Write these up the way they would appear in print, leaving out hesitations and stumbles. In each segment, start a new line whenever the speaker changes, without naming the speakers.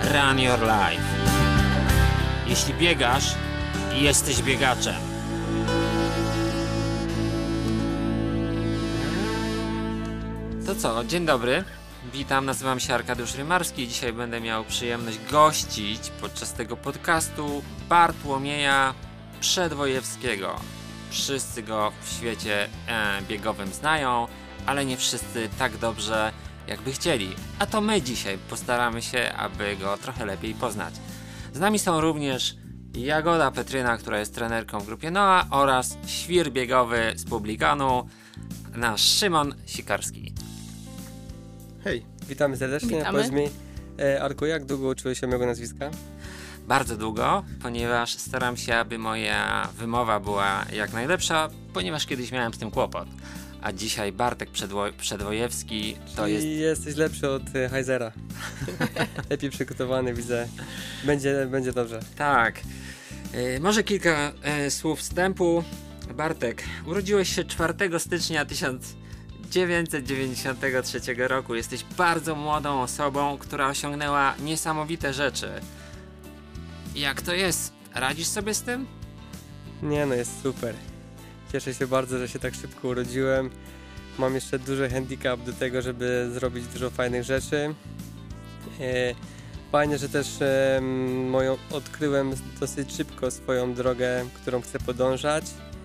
Run Your Life. Jeśli biegasz, jesteś biegaczem. To co, dzień dobry. Witam, nazywam się Arkadiusz Rymarski i dzisiaj będę miał przyjemność gościć podczas tego podcastu Bartłomieja Przedwojewskiego. Wszyscy go w świecie biegowym znają, ale nie wszyscy tak dobrze, jakby chcieli. A to my dzisiaj postaramy się, aby go trochę lepiej poznać. Z nami są również Jagoda Petryna, która jest trenerką w grupie Noa, oraz świr biegowy z Publikanu, nasz Szymon Sikarski.
Hej, witamy serdecznie.
Witamy.
Powiedz mi, Arku, jak długo uczyłeś się mojego nazwiska?
Bardzo długo, ponieważ staram się, aby moja wymowa była jak najlepsza, ponieważ kiedyś miałem z tym kłopot. A dzisiaj Bartek Przedwojewski to jest...
I jesteś lepszy od Heizera. Lepiej przygotowany, widzę. Będzie dobrze.
Tak. Może kilka słów wstępu. Bartek, urodziłeś się 4 stycznia 1993 roku. Jesteś bardzo młodą osobą, która osiągnęła niesamowite rzeczy. Jak to jest? Radzisz sobie z tym?
Nie no, jest super. Cieszę się bardzo, że się tak szybko urodziłem. Mam jeszcze duży handicap do tego, żeby zrobić dużo fajnych rzeczy. Fajnie, że też odkryłem dosyć szybko swoją drogę, którą chcę podążać.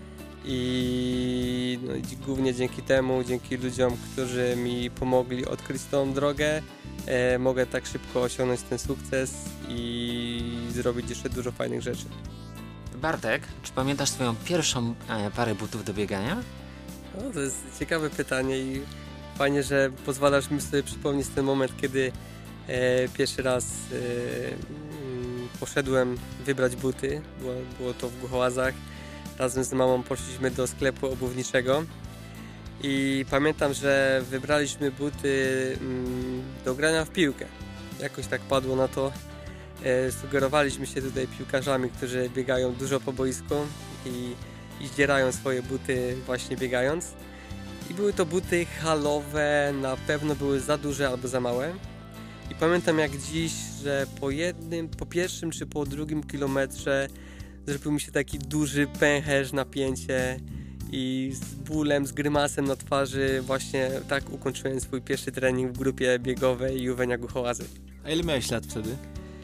I głównie dzięki temu, dzięki ludziom, którzy mi pomogli odkryć tą drogę, mogę tak szybko osiągnąć ten sukces i zrobić jeszcze dużo fajnych rzeczy.
Bartek, czy pamiętasz swoją pierwszą parę butów do biegania?
No, to jest ciekawe pytanie i fajnie, że pozwalasz mi sobie przypomnieć ten moment, kiedy pierwszy raz poszedłem wybrać buty. Było to w Głuchołazach. Razem z mamą poszliśmy do sklepu obuwniczego i pamiętam, że wybraliśmy buty do grania w piłkę. Jakoś tak padło na to. Sugerowaliśmy się tutaj piłkarzami, którzy biegają dużo po boisku i zdzierają swoje buty właśnie biegając. I były to buty halowe, na pewno były za duże albo za małe. I pamiętam jak dziś, że po pierwszym czy po drugim kilometrze zrobił mi się taki duży pęcherz, napięcie i z bólem, z grymasem na twarzy właśnie tak ukończyłem swój pierwszy trening w grupie biegowej Juwenia Głuchołazy.
A ile miałeś lat wtedy?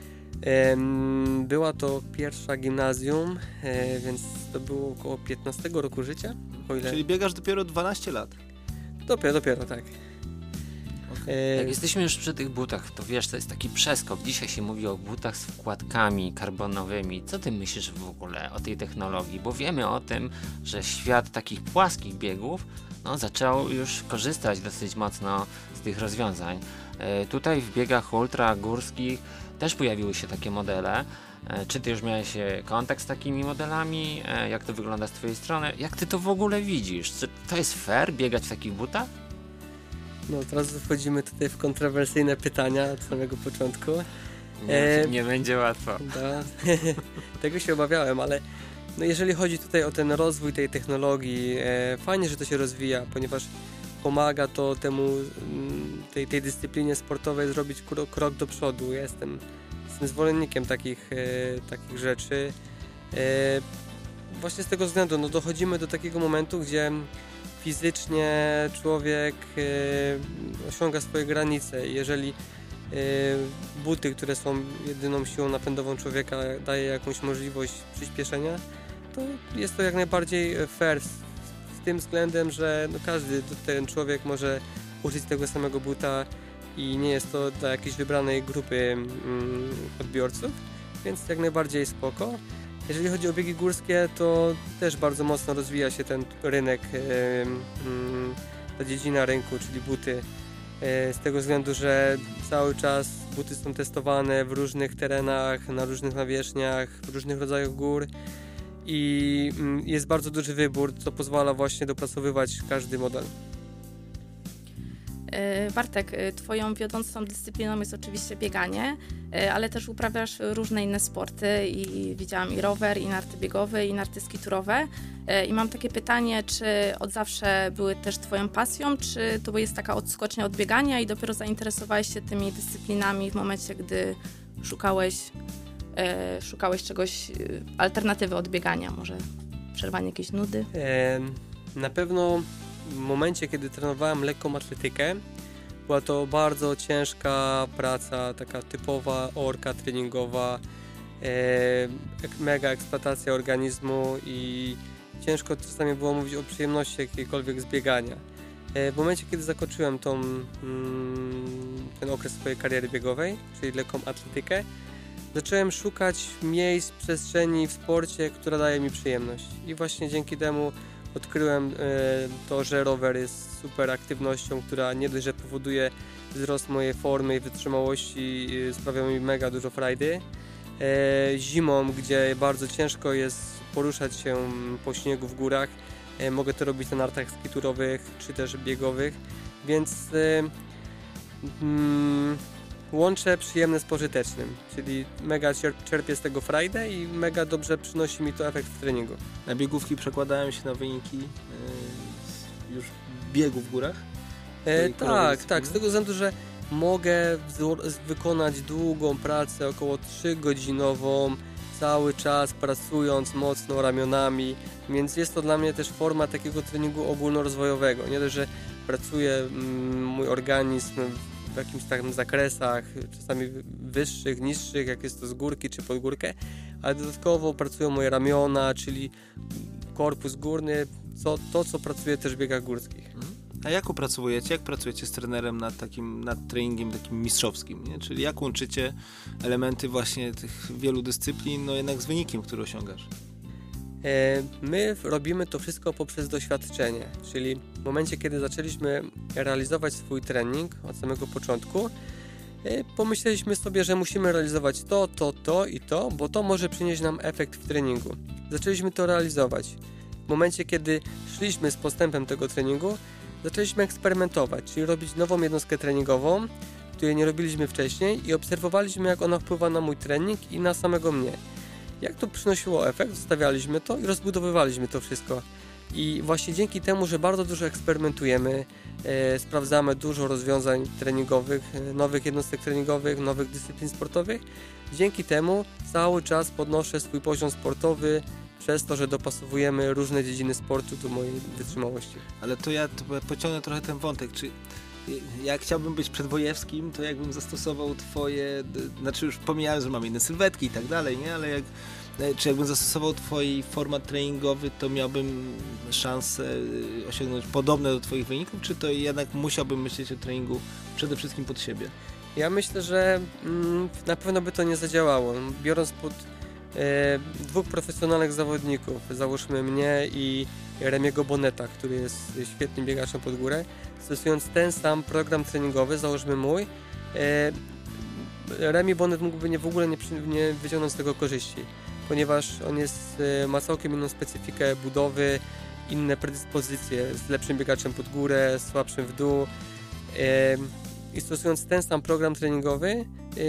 Była to pierwsza gimnazjum, więc to było około 15 roku życia. O ile...
Czyli biegasz dopiero 12 lat.
Dopiero, tak.
Jak jesteśmy już przy tych butach, to wiesz, to jest taki przeskok. Dzisiaj się mówi o butach z wkładkami karbonowymi. Co ty myślisz w ogóle o tej technologii? Bo wiemy o tym, że świat takich płaskich biegów zaczął już korzystać dosyć mocno z tych rozwiązań. Tutaj w biegach ultra górskich też pojawiły się takie modele. Czy ty już miałeś kontakt z takimi modelami? Jak to wygląda z twojej strony? Jak ty to w ogóle widzisz? Czy to jest fair biegać w takich butach?
No teraz wchodzimy tutaj w kontrowersyjne pytania od samego początku.
Nie będzie łatwo.
Tego się obawiałem, ale jeżeli chodzi tutaj o ten rozwój tej technologii, fajnie, że to się rozwija, ponieważ pomaga to temu, tej dyscyplinie sportowej zrobić krok do przodu. Jestem zwolennikiem takich rzeczy. Właśnie z tego względu dochodzimy do takiego momentu, gdzie fizycznie człowiek osiąga swoje granice. Jeżeli buty, które są jedyną siłą napędową człowieka, daje jakąś możliwość przyspieszenia, to jest to jak najbardziej fair z tym względem, że każdy ten człowiek może użyć tego samego buta i nie jest to dla jakiejś wybranej grupy odbiorców, więc jak najbardziej spoko. Jeżeli chodzi o biegi górskie, to też bardzo mocno rozwija się ten rynek, ta dziedzina rynku, czyli buty. Z tego względu, że cały czas buty są testowane w różnych terenach, na różnych nawierzchniach, w różnych rodzajach gór i jest bardzo duży wybór, co pozwala właśnie dopracowywać każdy model.
Bartek, twoją wiodącą dyscypliną jest oczywiście bieganie, ale też uprawiasz różne inne sporty i widziałam i rower, i narty biegowe, i narty skiturowe. I mam takie pytanie, czy od zawsze były też twoją pasją, czy to jest taka odskocznia od biegania i dopiero zainteresowałeś się tymi dyscyplinami w momencie, gdy szukałeś czegoś, alternatywy od biegania, może przerwanie jakiejś nudy?
Na pewno w momencie, kiedy trenowałem lekką atletykę, była to bardzo ciężka praca, taka typowa orka treningowa, mega eksploatacja organizmu i ciężko czasami było mówić o przyjemności jakiejkolwiek z biegania. W momencie, kiedy zakończyłem ten okres swojej kariery biegowej, czyli lekką atletykę, zacząłem szukać miejsc, przestrzeni w sporcie, która daje mi przyjemność. I właśnie dzięki temu odkryłem to, że rower jest super aktywnością, która nie dość, że powoduje wzrost mojej formy i wytrzymałości, sprawia mi mega dużo frajdy. Zimą, gdzie bardzo ciężko jest poruszać się po śniegu w górach, mogę to robić na nartach skiturowych czy też biegowych, więc łączę przyjemne z pożytecznym, czyli mega czerpię z tego frajdę i mega dobrze przynosi mi to efekt w treningu.
Na biegówki przekładają się na wyniki już biegu w górach?
Tak, z tego względu, że mogę wykonać długą pracę, około 3-godzinową, cały czas pracując mocno ramionami, więc jest to dla mnie też forma takiego treningu ogólnorozwojowego. Nie dość, że pracuje mój organizm w jakimś takim zakresach, czasami wyższych, niższych, jak jest to z górki czy pod górkę, ale dodatkowo pracują moje ramiona, czyli korpus górny, co pracuje też w biegach górskich.
A jak opracowujecie? Jak pracujecie z trenerem nad treningiem takim mistrzowskim? Nie? Czyli jak łączycie elementy właśnie tych wielu dyscyplin, no jednak z wynikiem, który osiągasz?
My robimy to wszystko poprzez doświadczenie, czyli w momencie, kiedy zaczęliśmy realizować swój trening od samego początku, pomyśleliśmy sobie, że musimy realizować to i to, bo to może przynieść nam efekt w treningu. Zaczęliśmy to realizować. W momencie, kiedy szliśmy z postępem tego treningu, zaczęliśmy eksperymentować, czyli robić nową jednostkę treningową, której nie robiliśmy wcześniej i obserwowaliśmy, jak ona wpływa na mój trening i na samego mnie. Jak to przynosiło efekt, zostawialiśmy to i rozbudowywaliśmy to wszystko. I właśnie dzięki temu, że bardzo dużo eksperymentujemy, sprawdzamy dużo rozwiązań treningowych, nowych jednostek treningowych, nowych dyscyplin sportowych, dzięki temu cały czas podnoszę swój poziom sportowy przez to, że dopasowujemy różne dziedziny sportu do mojej wytrzymałości.
Ale to ja pociągnę trochę ten wątek, czy jak chciałbym być przedwojewskim, to jakbym zastosował twoje, znaczy już pomijałem, że mam inne sylwetki i tak dalej, nie? Ale czy jakbym zastosował twój format treningowy, to miałbym szansę osiągnąć podobne do twoich wyników, czy to jednak musiałbym myśleć o treningu przede wszystkim pod siebie?
Ja myślę, że na pewno by to nie zadziałało. Biorąc pod dwóch profesjonalnych zawodników, załóżmy mnie i Remiego Boneta, który jest świetnym biegaczem pod górę, stosując ten sam program treningowy, załóżmy mój, Remi Bonnet mógłby w ogóle nie wyciągnąć z tego korzyści, ponieważ on ma całkiem inną specyfikę budowy, inne predyspozycje, z lepszym biegaczem pod górę, słabszym w dół i stosując ten sam program treningowy,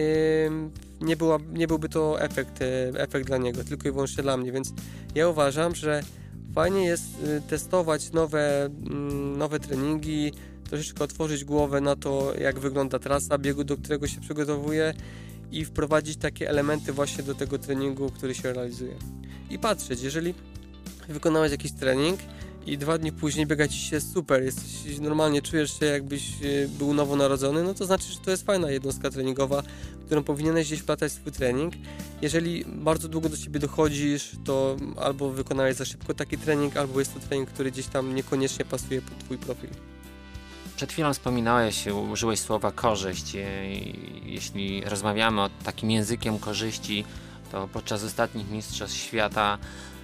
nie byłby to efekt dla niego, tylko i wyłącznie dla mnie, więc ja uważam, że fajnie jest testować nowe treningi, troszeczkę otworzyć głowę na to, jak wygląda trasa biegu, do którego się przygotowuje i wprowadzić takie elementy właśnie do tego treningu, który się realizuje. I patrzeć, jeżeli wykonałeś jakiś trening i 2 dni później biega ci się super, normalnie czujesz się, jakbyś był nowonarodzony, no to znaczy, że to jest fajna jednostka treningowa, którą powinieneś gdzieś wplatać w swój trening. Jeżeli bardzo długo do siebie dochodzisz, to albo wykonałeś za szybko taki trening, albo jest to trening, który gdzieś tam niekoniecznie pasuje pod twój profil.
Przed chwilą wspominałeś, użyłeś słowa korzyść. Jeśli rozmawiamy o takim językiem korzyści, to podczas ostatnich Mistrzostw Świata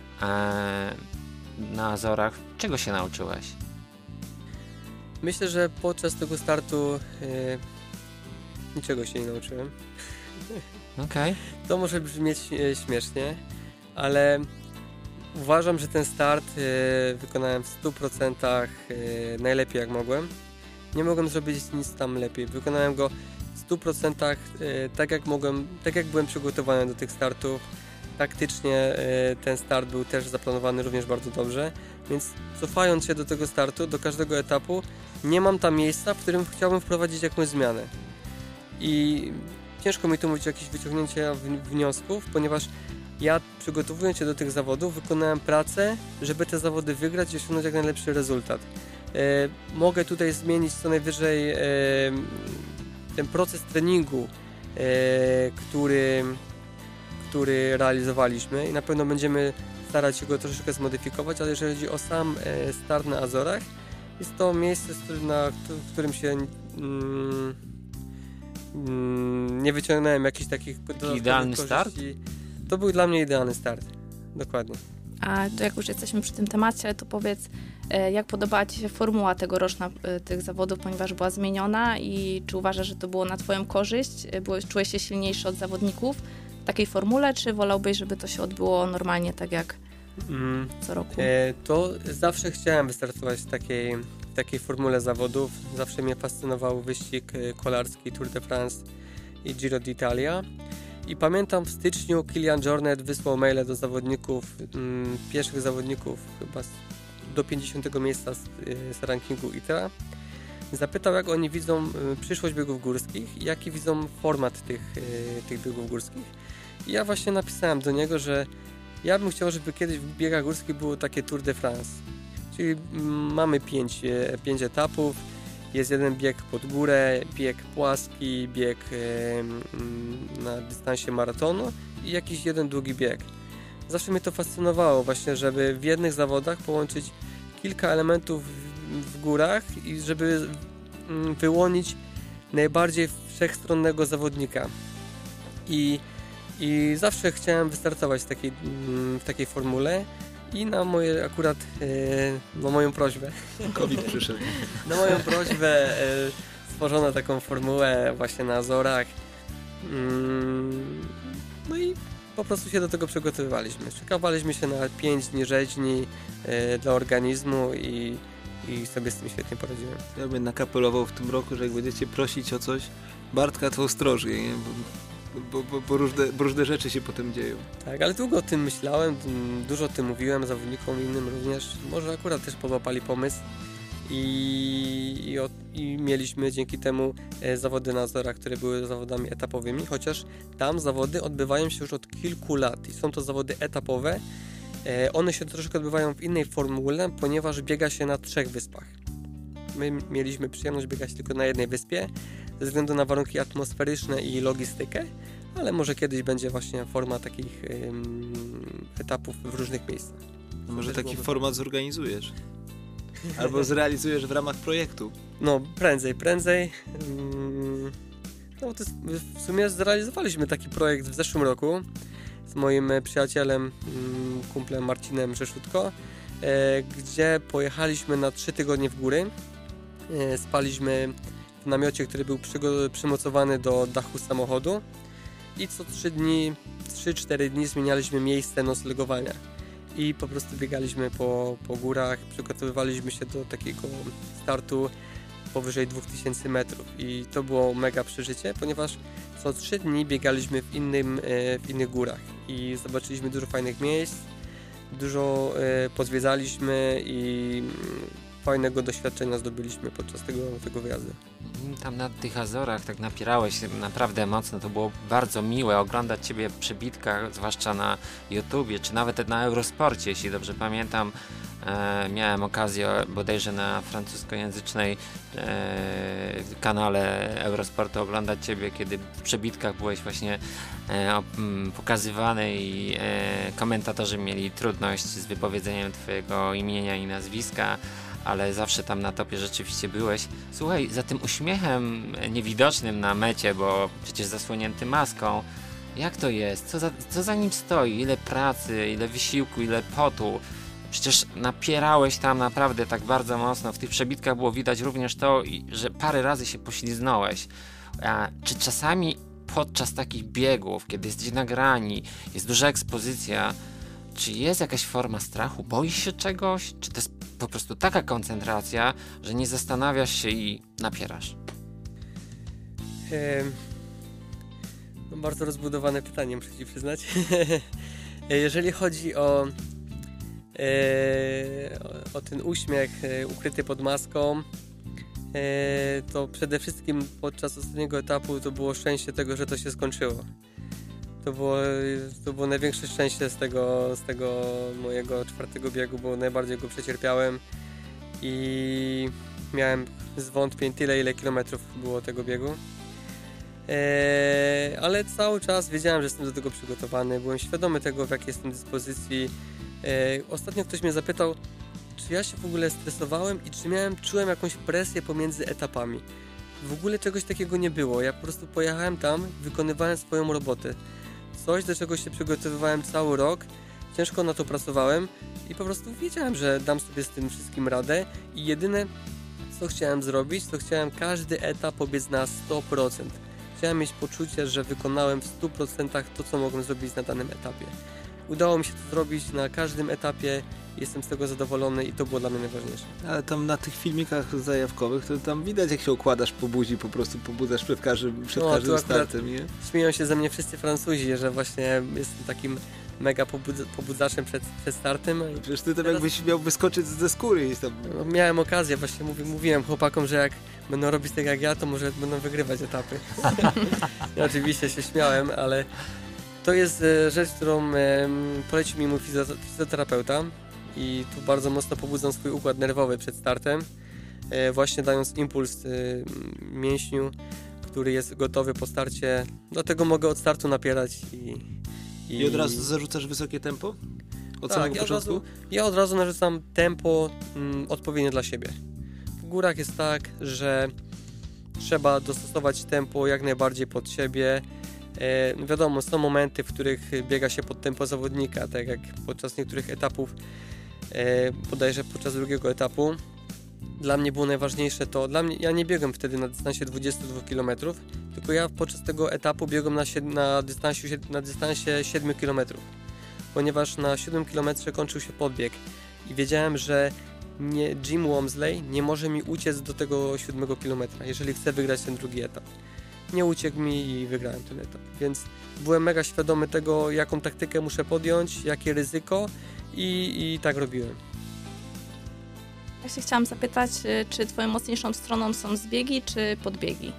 na Azorach, czego się nauczyłeś?
Myślę, że podczas tego startu niczego się nie nauczyłem.
Okej.
To może brzmieć śmiesznie, ale uważam, że ten start wykonałem w 100% najlepiej jak mogłem. Nie mogłem zrobić nic tam lepiej. Wykonałem go w 100% tak jak mogłem, tak jak byłem przygotowany do tych startów. Taktycznie ten start był też zaplanowany również bardzo dobrze, więc cofając się do tego startu, do każdego etapu, nie mam tam miejsca, w którym chciałbym wprowadzić jakąś zmianę. I ciężko mi tu mówić o jakichś wyciągnięcia wniosków, ponieważ ja przygotowując się do tych zawodów wykonałem pracę, żeby te zawody wygrać i osiągnąć jak najlepszy rezultat. Mogę tutaj zmienić co najwyżej ten proces treningu, który realizowaliśmy i na pewno będziemy starać się go troszeczkę zmodyfikować, ale jeżeli chodzi o sam start na Azorach, jest to miejsce, w którym się nie wyciągnąłem jakichś takich
idealny start?
To był dla mnie idealny start, dokładnie.
A to jak już jesteśmy przy tym temacie, to powiedz, jak podobała Ci się formuła tegoroczna tych zawodów, ponieważ była zmieniona i czy uważasz, że to było na Twoją korzyść? Czułeś się silniejszy od zawodników w takiej formule, czy wolałbyś, żeby to się odbyło normalnie, tak jak co roku?
To zawsze chciałem wystartować w takiej formule zawodów. Zawsze mnie fascynował wyścig kolarski Tour de France i Giro d'Italia. I pamiętam w styczniu Kilian Jornet wysłał maile do zawodników, pierwszych zawodników chyba do 50 miejsca z rankingu ITRA. Zapytał, jak oni widzą przyszłość biegów górskich i jaki widzą format tych biegów górskich. I ja właśnie napisałem do niego, że ja bym chciał, żeby kiedyś w biegach górskich było takie Tour de France. Czyli mamy 5 etapów. Jest jeden bieg pod górę, bieg płaski, bieg na dystansie maratonu i jakiś jeden długi bieg. Zawsze mnie to fascynowało właśnie, żeby w jednych zawodach połączyć kilka elementów w górach i żeby wyłonić najbardziej wszechstronnego zawodnika. I zawsze chciałem wystartować w takiej formule. I na moją prośbę.
COVID przyszedł.
Na moją prośbę stworzono taką formułę właśnie na Azorach. No i po prostu się do tego przygotowywaliśmy. Szykowaliśmy się na 5 dni rzeźni dla organizmu i sobie z tym świetnie poradziłem.
Ja bym nakapelował w tym roku, że jak będziecie prosić o coś, Bartka to ostrożnie, nie? Bo różne rzeczy się potem dzieją.
Tak, ale długo o tym myślałem, dużo o tym mówiłem zawodnikom innym również. Może akurat też połapali pomysł i mieliśmy dzięki temu zawody na Azorach, które były zawodami etapowymi, chociaż tam zawody odbywają się już od kilku lat i są to zawody etapowe. One się troszkę odbywają w innej formule, ponieważ biega się na 3 wyspach. My mieliśmy przyjemność biegać tylko na jednej wyspie, ze względu na warunki atmosferyczne i logistykę, ale może kiedyś będzie właśnie forma takich etapów w różnych miejscach.
Może taki format zorganizujesz? Albo zrealizujesz w ramach projektu?
No, prędzej. No, to w sumie zrealizowaliśmy taki projekt w zeszłym roku z moim przyjacielem, kumplem Marcinem Rzeszutko, gdzie pojechaliśmy na 3 tygodnie w góry. Spaliśmy w namiocie, który był przymocowany do dachu samochodu i co 3-4 dni zmienialiśmy miejsce noclegowania i po prostu biegaliśmy po górach, przygotowywaliśmy się do takiego startu powyżej 2000 metrów i to było mega przeżycie, ponieważ co 3 dni biegaliśmy w innych górach i zobaczyliśmy dużo fajnych miejsc, dużo pozwiedzaliśmy i fajnego doświadczenia zdobyliśmy podczas tego wyjazdu.
Tam na tych Azorach tak napierałeś naprawdę mocno, to było bardzo miłe oglądać Ciebie w przebitkach, zwłaszcza na YouTubie, czy nawet na Eurosporcie, jeśli dobrze pamiętam. Miałem okazję bodajże na francuskojęzycznej kanale Eurosportu oglądać Ciebie, kiedy w przebitkach byłeś właśnie pokazywany i komentatorzy mieli trudność z wypowiedzeniem Twojego imienia i nazwiska, ale zawsze tam na topie rzeczywiście byłeś. Słuchaj, za tym uśmiechem niewidocznym na mecie, bo przecież zasłonięty maską, jak to jest? Co za nim stoi? Ile pracy, ile wysiłku, ile potu? Przecież napierałeś tam naprawdę tak bardzo mocno. W tych przebitkach było widać również to, że parę razy się pośliznąłeś. A czy czasami podczas takich biegów, kiedy jesteś nagrani, jest duża ekspozycja, czy jest jakaś forma strachu? Boisz się czegoś? Czy to jest po prostu taka koncentracja, że nie zastanawiasz się i napierasz?
No bardzo rozbudowane pytanie, muszę Ci przyznać. Jeżeli chodzi o ten uśmiech ukryty pod maską, to przede wszystkim podczas ostatniego etapu to było szczęście tego, że to się skończyło. To było największe szczęście z tego mojego 4. biegu, bo najbardziej go przecierpiałem i miałem zwątpień tyle, ile kilometrów było tego biegu. Ale cały czas wiedziałem, że jestem do tego przygotowany, byłem świadomy tego, w jakiej jestem dyspozycji. Ostatnio ktoś mnie zapytał, czy ja się w ogóle stresowałem i czy czułem jakąś presję pomiędzy etapami. W ogóle czegoś takiego nie było, ja po prostu pojechałem tam, wykonywałem swoją robotę. Coś, do czego się przygotowywałem cały rok, ciężko na to pracowałem i po prostu wiedziałem, że dam sobie z tym wszystkim radę i jedyne, co chciałem zrobić, to chciałem każdy etap pobiec na 100%. Chciałem mieć poczucie, że wykonałem w 100% to, co mogłem zrobić na danym etapie. Udało mi się to zrobić na każdym etapie, jestem z tego zadowolony i to było dla mnie najważniejsze.
Ale tam na tych filmikach zajawkowych, to tam widać, jak się układasz po buzi, po prostu pobudzasz przed każdym startem, nie?
Śmieją się ze mnie wszyscy Francuzi, że właśnie jestem takim mega pobudzaczem przed startem.
Przecież ty tam jakbyś miał wyskoczyć ze skóry. Tam...
No, miałem okazję, właśnie mówiłem chłopakom, że jak będą robić tak jak ja, to może będą wygrywać etapy. Ja oczywiście się śmiałem, ale to jest rzecz, którą polecił mi mój fizjoterapeuta i tu bardzo mocno pobudzam swój układ nerwowy przed startem, właśnie dając impuls mięśniu, który jest gotowy po starcie, dlatego mogę od startu napierać
I od razu zarzucasz wysokie tempo? Od samego początku?
Ja od razu narzucam tempo odpowiednie dla siebie. W górach jest tak, że trzeba dostosować tempo jak najbardziej pod siebie. Wiadomo, są momenty, w których biega się pod tempo zawodnika, tak jak podczas niektórych etapów, bodajże podczas 2. etapu. Dla mnie było najważniejsze to, ja nie biegłem wtedy na dystansie 22 km, tylko ja podczas tego etapu biegłem na dystansie 7 km, ponieważ na 7 km kończył się podbieg i wiedziałem, że Jim Walmsley nie może mi uciec do tego 7 km, jeżeli chce wygrać ten 2. etap. Nie uciekł mi i wygrałem ten etap, więc byłem mega świadomy tego, jaką taktykę muszę podjąć, jakie ryzyko i tak robiłem.
Ja się chciałam zapytać, czy twoją mocniejszą stroną są zbiegi czy podbiegi?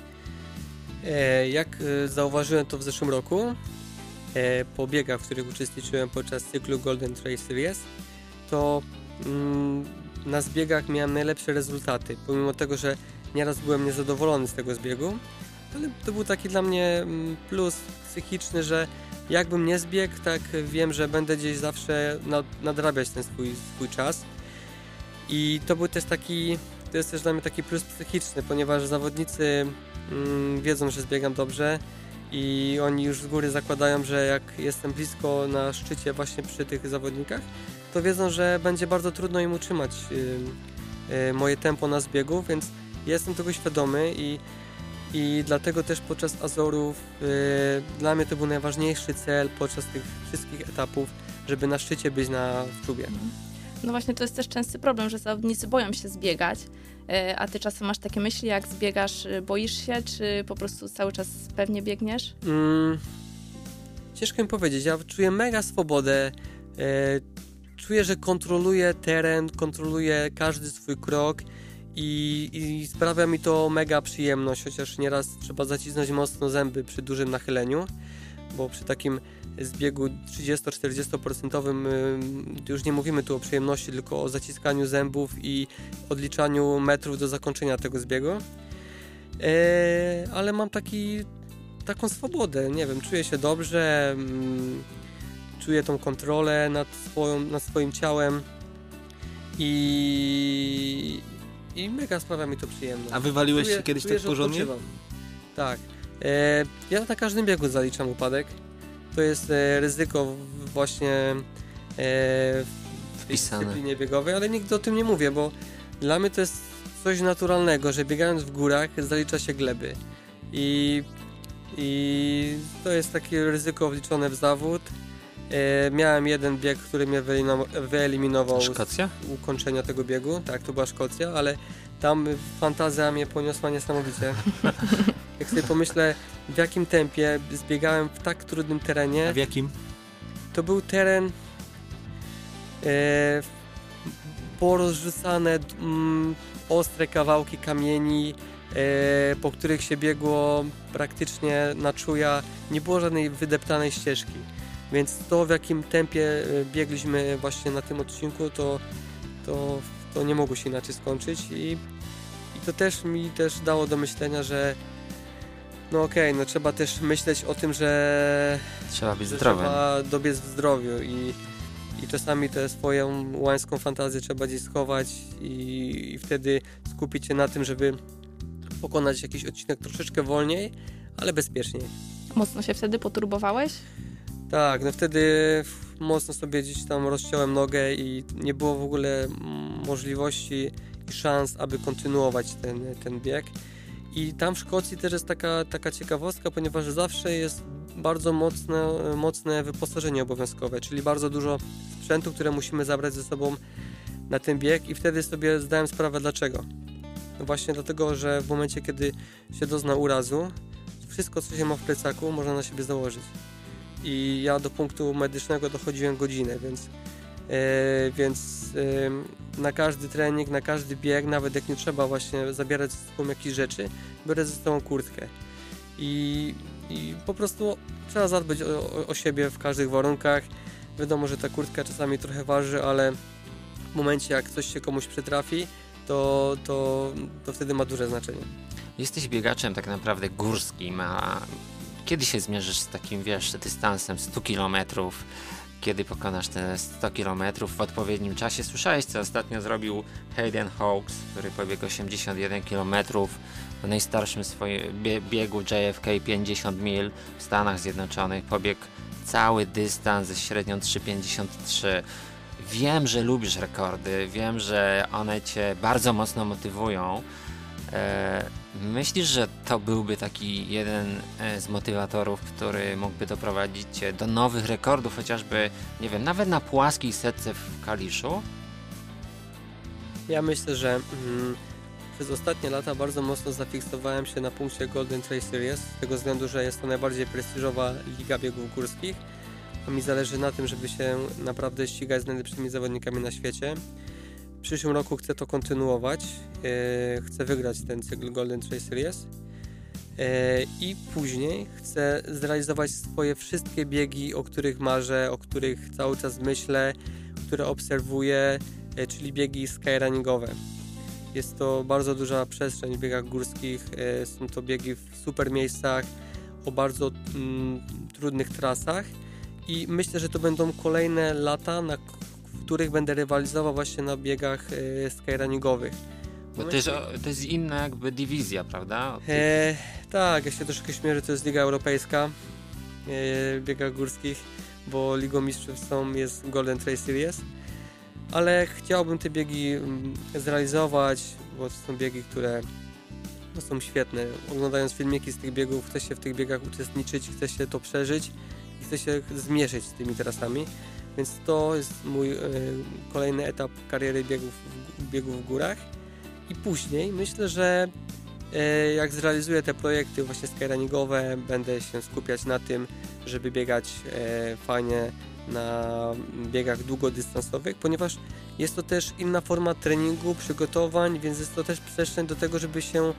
Jak zauważyłem to w zeszłym roku, po biegach, w których uczestniczyłem podczas cyklu Golden Trail Series, to na zbiegach miałem najlepsze rezultaty, pomimo tego, że nieraz byłem niezadowolony z tego zbiegu, ale to był taki dla mnie plus psychiczny, że jakbym nie zbiegł, tak wiem, że będę gdzieś zawsze nadrabiać ten swój czas. I to jest też dla mnie taki plus psychiczny, ponieważ zawodnicy wiedzą, że zbiegam dobrze i oni już z góry zakładają, że jak jestem blisko na szczycie właśnie przy tych zawodnikach, to wiedzą, że będzie bardzo trudno im utrzymać moje tempo na zbiegu, więc jestem tego świadomy i dlatego też podczas Azorów dla mnie to był najważniejszy cel podczas tych wszystkich etapów, żeby na szczycie być w czubie.
No właśnie, to jest też częsty problem, że zawodnicy boją się zbiegać, a ty czasem masz takie myśli, jak zbiegasz, boisz się, czy po prostu cały czas pewnie biegniesz?
Ciężko mi powiedzieć, ja czuję mega swobodę, czuję, że kontroluję teren, kontroluję każdy swój krok i sprawia mi to mega przyjemność, chociaż nieraz trzeba zacisnąć mocno zęby przy dużym nachyleniu, bo przy takim zbiegu 30-40% już nie mówimy tu o przyjemności, tylko o zaciskaniu zębów i odliczaniu metrów do zakończenia tego zbiegu. Ale mam taką swobodę, nie wiem, czuję się dobrze, czuję tą kontrolę nad swoim ciałem i mega sprawia mi to przyjemność.
A wywaliłeś się kiedyś tak porządnie?
Tak. Ja na każdym biegu zaliczam upadek. To jest ryzyko właśnie w tej dyscyplinie biegowej, ale nigdy o tym nie mówię, bo dla mnie to jest coś naturalnego, że biegając w górach zalicza się gleby i to jest takie ryzyko wliczone w zawód. Miałem jeden bieg, który mnie wyeliminował
Szkocja?
z ukończenia tego biegu. Tak, to była Szkocja, ale tam fantazja mnie poniosła niesamowicie. Jak sobie pomyślę, w jakim tempie zbiegałem w tak trudnym terenie.
A w jakim?
To był teren porozrzucane ostre kawałki kamieni, po których się biegło praktycznie na czuja, nie było żadnej wydeptanej ścieżki. Więc to, w jakim tempie biegliśmy właśnie na tym odcinku, to nie mogło się inaczej skończyć i to też mi dało do myślenia, że no okej, no trzeba też myśleć o tym, że
Trzeba być zdrowym.
Trzeba dobiec w zdrowiu i czasami tę swoją łańską fantazję trzeba gdzieś schować i wtedy skupić się na tym, żeby pokonać jakiś odcinek troszeczkę wolniej, ale bezpieczniej.
Mocno się wtedy poturbowałeś?
Tak, no wtedy mocno sobie gdzieś tam rozciąłem nogę i nie było w ogóle możliwości i szans, aby kontynuować ten bieg. I tam w Szkocji też jest taka ciekawostka, ponieważ zawsze jest bardzo mocne wyposażenie obowiązkowe, czyli bardzo dużo sprzętu, które musimy zabrać ze sobą na ten bieg i wtedy sobie zdałem sprawę dlaczego. No właśnie dlatego, że w momencie, kiedy się dozna urazu, wszystko, co się ma w plecaku, można na siebie założyć. I ja do punktu medycznego dochodziłem godzinę, więc na każdy trening, na każdy bieg, nawet jak nie trzeba właśnie zabierać ze sobą jakieś rzeczy, biorę ze sobą kurtkę. I po prostu trzeba zadbać o siebie w każdych warunkach. Wiadomo, że ta kurtka czasami trochę waży, ale w momencie, jak coś się komuś przytrafi, to wtedy ma duże znaczenie.
Jesteś biegaczem tak naprawdę górskim, a kiedy się zmierzysz z takim, dystansem 100 km? Kiedy pokonasz te 100 km w odpowiednim czasie? Słyszałeś, co ostatnio zrobił Hayden Hawks, który pobiegł 81 km w najstarszym swoim biegu JFK 50 mil w Stanach Zjednoczonych. Pobiegł cały dystans ze średnią 3,53. Wiem, że lubisz rekordy, wiem, że one cię bardzo mocno motywują. Myślisz, że to byłby taki jeden z motywatorów, który mógłby doprowadzić cię do nowych rekordów, chociażby, nie wiem, nawet na płaskiej setce w Kaliszu?
Ja myślę, że przez ostatnie lata bardzo mocno zafiksowałem się na punkcie Golden Trail Series, z tego względu, że jest to najbardziej prestiżowa liga biegów górskich. A mi zależy na tym, żeby się naprawdę ścigać z najlepszymi zawodnikami na świecie. W przyszłym roku chcę to kontynuować, chcę wygrać ten cykl Golden Trail Series i później chcę zrealizować swoje wszystkie biegi, o których marzę, o których cały czas myślę, które obserwuję, czyli biegi skyrunningowe. Jest to bardzo duża przestrzeń w biegach górskich, są to biegi w super miejscach, o bardzo trudnych trasach i myślę, że to będą kolejne lata, w których będę rywalizował właśnie na biegach skyrunningowych.
Bo to jest inna jakby dywizja, prawda?
Tak, ja się troszkę śmieję, że to jest Liga Europejska w biegach górskich, bo Ligą Mistrzów jest Golden Trail Series, ale chciałbym te biegi zrealizować, bo to są biegi, które są świetne. Oglądając filmiki z tych biegów, chcę się w tych biegach uczestniczyć, chcę się to przeżyć i chcę się zmierzyć z tymi trasami. Więc to jest mój kolejny etap kariery biegów w górach. I później myślę, że jak zrealizuję te projekty właśnie skyrunningowe, będę się skupiać na tym, żeby biegać fajnie na biegach długodystansowych, ponieważ jest to też inna forma treningu, przygotowań, więc jest to też przestrzeń do tego, żeby się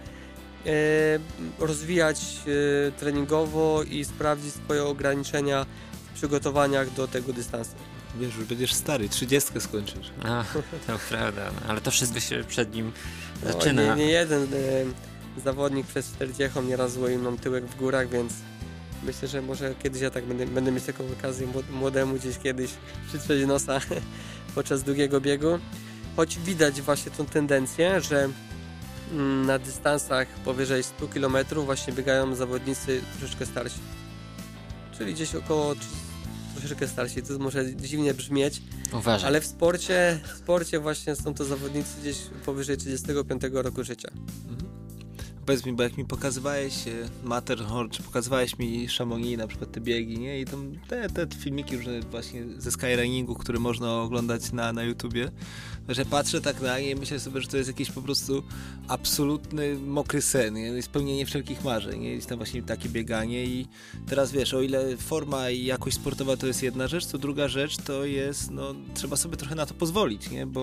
rozwijać treningowo i sprawdzić swoje ograniczenia w przygotowaniach do tego dystansu.
Wiesz, już będziesz stary, 30 skończysz.
To prawda, ale to wszystko się przed nim zaczyna.
Nie jeden zawodnik przed 40 nieraz złoił nam tyłek w górach, więc myślę, że może kiedyś ja tak będę mieć taką okazję młodemu gdzieś kiedyś przytrzeć nosa podczas długiego biegu. Choć widać właśnie tą tendencję, że na dystansach powyżej 100 km właśnie biegają zawodnicy troszeczkę starsi. Czyli gdzieś około troszeczkę starsi, to może dziwnie brzmieć,
Uważaj.
ale w sporcie właśnie są to zawodnicy gdzieś powyżej 35 roku życia.
Powiedz mi, bo jak mi pokazywałeś Matterhorn, czy pokazywałeś mi Chamonix, na przykład te biegi, nie? I tam te filmiki różne właśnie ze skyrunningu, które można oglądać na YouTubie, że patrzę tak na nie i myślę sobie, że to jest jakiś po prostu absolutny mokry sen, nie? Spełnienie wszelkich marzeń, nie? Jest tam właśnie takie bieganie i teraz wiesz, o ile forma i jakość sportowa to jest jedna rzecz, to druga rzecz to jest, no, trzeba sobie trochę na to pozwolić, nie? Bo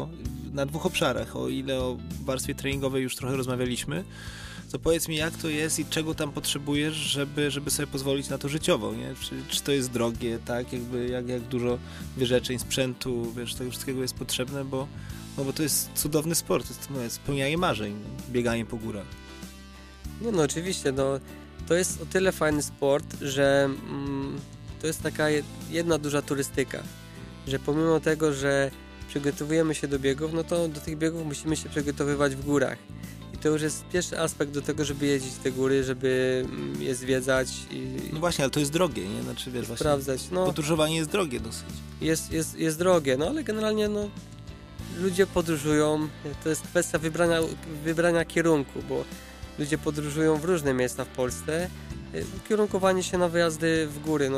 na 2 obszarach. O ile o warstwie treningowej już trochę rozmawialiśmy, to powiedz mi, jak to jest i czego tam potrzebujesz, żeby sobie pozwolić na to życiowo, nie? Czy to jest drogie, tak? Jakby jak dużo wyrzeczeń, sprzętu, wiesz, tego wszystkiego jest potrzebne, bo to jest cudowny sport, to jest spełnianie marzeń, bieganie po górach.
Nie no, oczywiście, to jest o tyle fajny sport, że to jest taka jedna duża turystyka, że pomimo tego, że przygotowujemy się do biegów, no to do tych biegów musimy się przygotowywać w górach. I to już jest pierwszy aspekt do tego, żeby jeździć w te góry, żeby je zwiedzać i
no właśnie, ale to jest drogie, nie? Znaczy, wiesz,
sprawdzać. No,
podróżowanie jest drogie dosyć.
Jest drogie, no ale generalnie ludzie podróżują, to jest kwestia wybrania kierunku, bo ludzie podróżują w różne miejsca w Polsce. Ukierunkowanie się na wyjazdy w góry,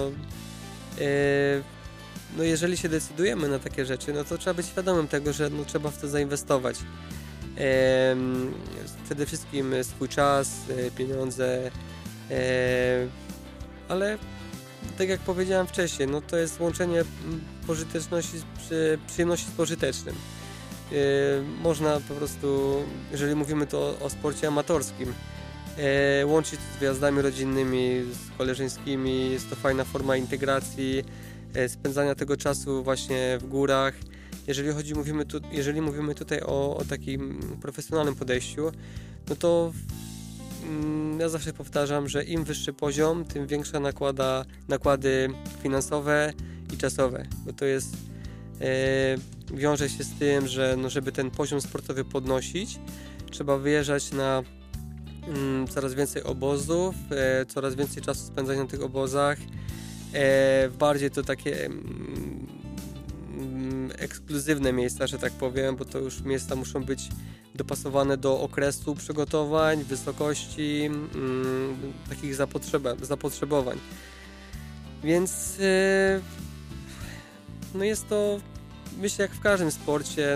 no jeżeli się decydujemy na takie rzeczy, no to trzeba być świadomym tego, że trzeba w to zainwestować. Przede wszystkim swój czas, pieniądze, ale tak jak powiedziałem wcześniej, no to jest łączenie pożyteczności przyjemności z pożytecznym. Można po prostu, jeżeli mówimy to o sporcie amatorskim, łączyć z wyjazdami rodzinnymi, z koleżeńskimi, jest to fajna forma integracji, spędzania tego czasu właśnie w górach. Jeżeli mówimy tutaj o takim profesjonalnym podejściu, no to ja zawsze powtarzam, że im wyższy poziom, tym większe nakłady finansowe i czasowe, bo to jest wiąże się z tym, że żeby ten poziom sportowy podnosić, trzeba wyjeżdżać na coraz więcej obozów, coraz więcej czasu spędzać na tych obozach, bardziej to takie ekskluzywne miejsca, że tak powiem, bo to już miejsca muszą być dopasowane do okresu przygotowań, wysokości, takich zapotrzebowań. Więc jest to, myślę, jak w każdym sporcie,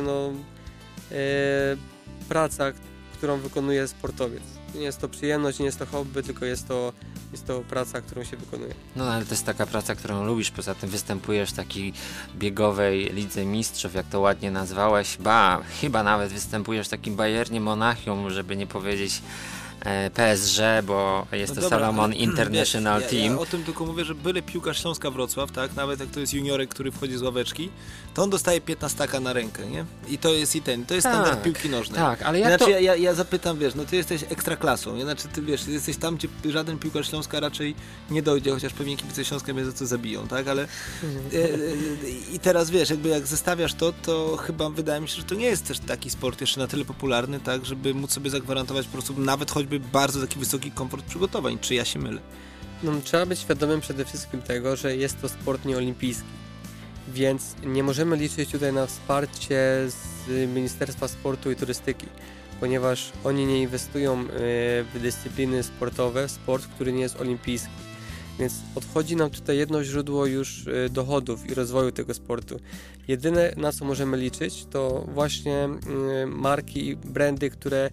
praca, którą wykonuje sportowiec. Nie jest to przyjemność, nie jest to hobby, tylko jest to praca, którą się wykonuje.
No ale to jest taka praca, którą lubisz, poza tym występujesz w takiej biegowej Lidze Mistrzów, jak to ładnie nazwałeś, chyba nawet występujesz w takim Bayernie Monachium, żeby nie powiedzieć PSG, bo jest to dobra, Salomon International Team.
Ja o tym tylko mówię, że byle piłkarz Śląska Wrocław, tak, nawet jak to jest juniorek, który wchodzi z ławeczki, to on dostaje 15 na rękę, nie? I to jest standard piłki nożnej.
Tak, ale
ja zapytam, wiesz, ty jesteś ekstraklasą, nie? Znaczy ty wiesz, jesteś tam, gdzie żaden piłkarz Śląska raczej nie dojdzie, chociaż pewnie kibice Śląska mnie za to zabiją, tak? Ale i teraz wiesz, jakby jak zestawiasz to chyba wydaje mi się, że to nie jest też taki sport jeszcze na tyle popularny, tak, żeby móc sobie zagwarantować po prostu nawet choćby bardzo taki wysoki komfort przygotowań. Czy ja się mylę?
Trzeba być świadomym przede wszystkim tego, że jest to sport nieolimpijski, więc nie możemy liczyć tutaj na wsparcie z Ministerstwa Sportu i Turystyki, ponieważ oni nie inwestują w dyscypliny sportowe, w sport, który nie jest olimpijski. Więc odchodzi nam tutaj jedno źródło już dochodów i rozwoju tego sportu. Jedyne, na co możemy liczyć, to właśnie marki i brandy, które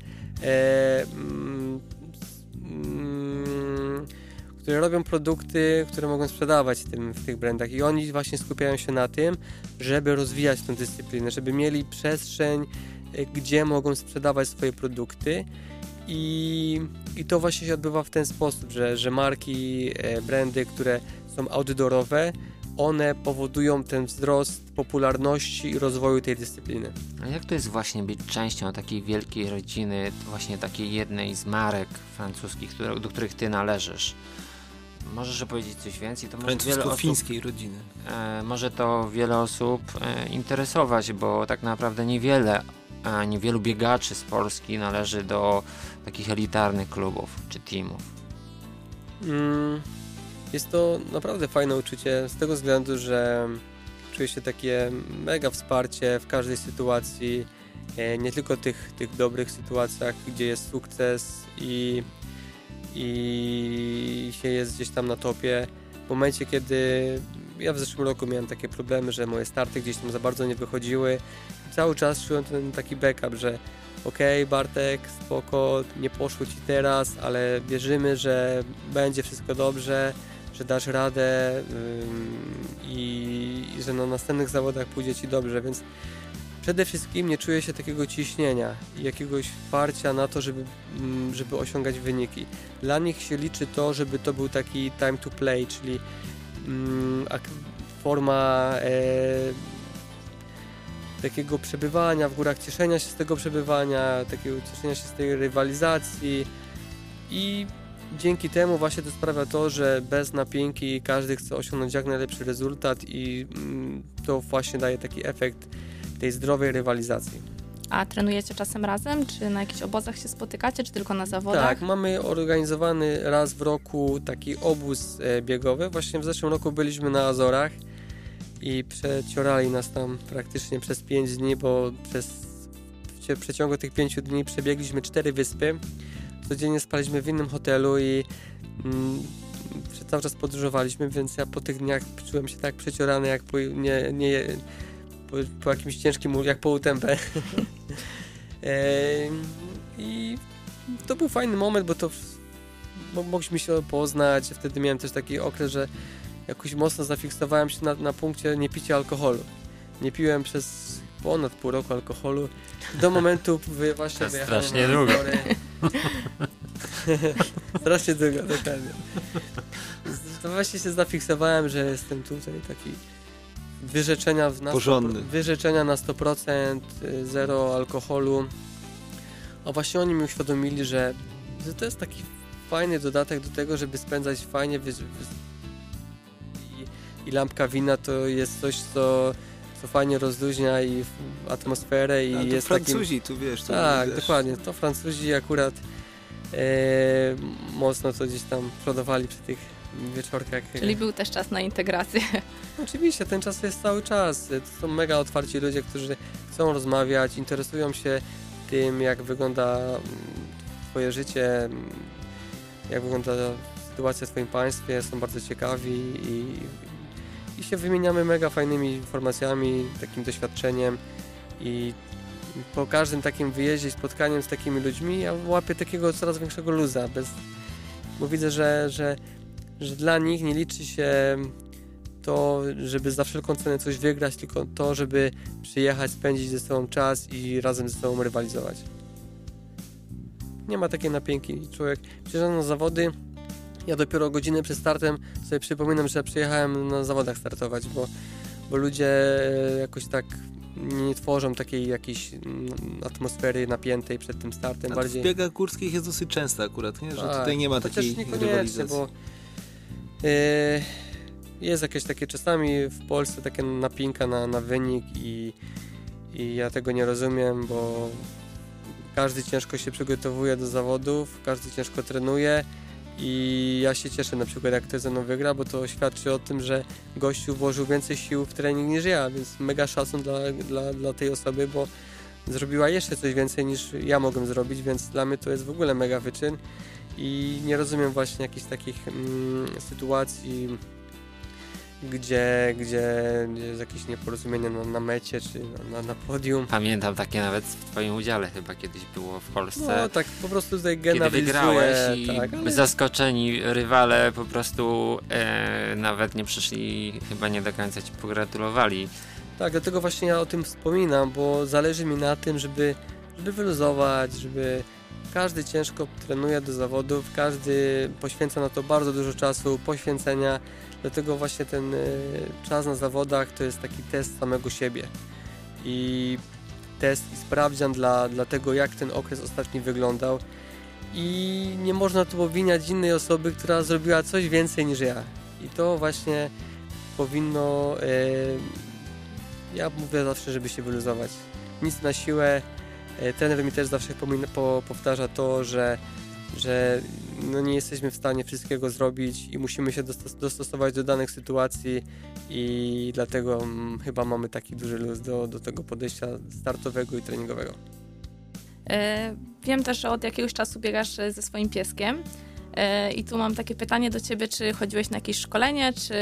robią produkty, które mogą sprzedawać w tych brandach, i oni właśnie skupiają się na tym, żeby rozwijać tę dyscyplinę, żeby mieli przestrzeń, gdzie mogą sprzedawać swoje produkty, i to właśnie się odbywa w ten sposób, że marki, brandy, które są outdoorowe, one powodują ten wzrost popularności i rozwoju tej dyscypliny.
A jak to jest właśnie być częścią takiej wielkiej rodziny, właśnie takiej jednej z marek francuskich, do których ty należysz? Możesz opowiedzieć coś więcej? To może
francusko-fińskiej rodziny.
Może to wiele osób interesować, bo tak naprawdę niewielu biegaczy z Polski należy do takich elitarnych klubów czy teamów.
Jest to naprawdę fajne uczucie z tego względu, że czuje się takie mega wsparcie w każdej sytuacji, nie tylko tych dobrych sytuacjach, gdzie jest sukces i się jest gdzieś tam na topie. W momencie, kiedy ja w zeszłym roku miałem takie problemy, że moje starty gdzieś tam za bardzo nie wychodziły, cały czas czułem ten taki backup, że okej, Bartek, spoko, nie poszło ci teraz, ale wierzymy, że będzie wszystko dobrze, że dasz radę i że na następnych zawodach pójdzie ci dobrze, więc przede wszystkim nie czuje się takiego ciśnienia i jakiegoś wsparcia na to, żeby osiągać wyniki. Dla nich się liczy to, żeby to był taki time to play, czyli forma takiego przebywania w górach, cieszenia się z tego przebywania, takiego cieszenia się z tej rywalizacji i dzięki temu właśnie to sprawia to, że bez napięki każdy chce osiągnąć jak najlepszy rezultat i to właśnie daje taki efekt tej zdrowej rywalizacji.
A trenujecie czasem razem? Czy na jakichś obozach się spotykacie, czy tylko na zawodach?
Tak, mamy organizowany raz w roku taki obóz biegowy. Właśnie w zeszłym roku byliśmy na Azorach i przeciorali nas tam praktycznie przez 5 dni, bo w przeciągu tych 5 dni przebiegliśmy 4 wyspy. Codziennie spaliśmy w innym hotelu i cały czas podróżowaliśmy, więc ja po tych dniach czułem się tak przeciorany jak po jakimś ciężkim, jak po UTMB. I to był fajny moment, bo to mogliśmy się poznać. Wtedy miałem też taki okres, że jakoś mocno zafiksowałem się na punkcie niepicia alkoholu. Nie piłem przez ponad pół roku alkoholu. Do momentu właśnie
to strasznie długo.
Strasznie długo, dokładnie. To właśnie się zafiksowałem, że jestem tutaj taki wyrzeczenia na 100%, zero alkoholu. A właśnie oni mi uświadomili, że to jest taki fajny dodatek do tego, żeby spędzać fajnie i lampka wina to jest coś, co fajnie rozluźnia i atmosferę i jest
Francuzi,
takim...
tu wiesz.
Tak, dokładnie. To Francuzi akurat mocno to gdzieś tam przodowali przy tych wieczorkach.
Czyli był też czas na integrację.
Oczywiście, ten czas jest cały czas. To są mega otwarci ludzie, którzy chcą rozmawiać, interesują się tym, jak wygląda twoje życie, jak wygląda sytuacja w twoim państwie, są bardzo ciekawi i się wymieniamy mega fajnymi informacjami, takim doświadczeniem i po każdym takim wyjeździe, spotkaniem z takimi ludźmi ja łapię takiego coraz większego luza, bo widzę, że dla nich nie liczy się to, żeby za wszelką cenę coś wygrać, tylko to, żeby przyjechać, spędzić ze sobą czas i razem ze sobą rywalizować. Nie ma takiej napięki. Człowiek przyjeżdża na zawody, ja dopiero godzinę przed startem sobie przypominam, że przyjechałem na zawodach startować, bo ludzie jakoś tak nie tworzą takiej jakiejś atmosfery napiętej przed tym startem.
W biegach górskich jest dosyć często akurat, nie? Że tutaj nie ma takiej rywalizacji.
Bo jest jakieś takie czasami w Polsce taka napinka na wynik i ja tego nie rozumiem, bo każdy ciężko się przygotowuje do zawodów, każdy ciężko trenuje i ja się cieszę na przykład jak ktoś ze mną wygra, bo to świadczy o tym, że gościu włożył więcej sił w trening niż ja, więc mega szacun dla tej osoby, bo zrobiła jeszcze coś więcej niż ja mogłem zrobić, więc dla mnie to jest w ogóle mega wyczyn i nie rozumiem właśnie jakichś takich sytuacji, gdzie jest jakieś nieporozumienie na mecie czy na podium.
Pamiętam takie nawet w twoim udziale chyba kiedyś było w Polsce.
No tak, po prostu tutaj
kiedy wygrałeś i
tak,
zaskoczeni rywale po prostu nawet nie przyszli, chyba nie do końca ci pogratulowali.
Tak, dlatego właśnie ja o tym wspominam, bo zależy mi na tym, żeby wyluzować, żeby każdy ciężko trenuje do zawodów, każdy poświęca na to bardzo dużo czasu, poświęcenia, dlatego właśnie ten czas na zawodach to jest taki test samego siebie i test i sprawdzian dla tego, jak ten okres ostatni wyglądał i nie można tu obwiniać innej osoby, która zrobiła coś więcej niż ja i to właśnie powinno, ja mówię zawsze, żeby się wyluzować, nic na siłę. Trener mi też zawsze powtarza to, że no nie jesteśmy w stanie wszystkiego zrobić i musimy się dostosować do danych sytuacji i dlatego chyba mamy taki duży luz do tego podejścia startowego i treningowego.
Wiem też, że od jakiegoś czasu biegasz ze swoim pieskiem i tu mam takie pytanie do ciebie, czy chodziłeś na jakieś szkolenie, czy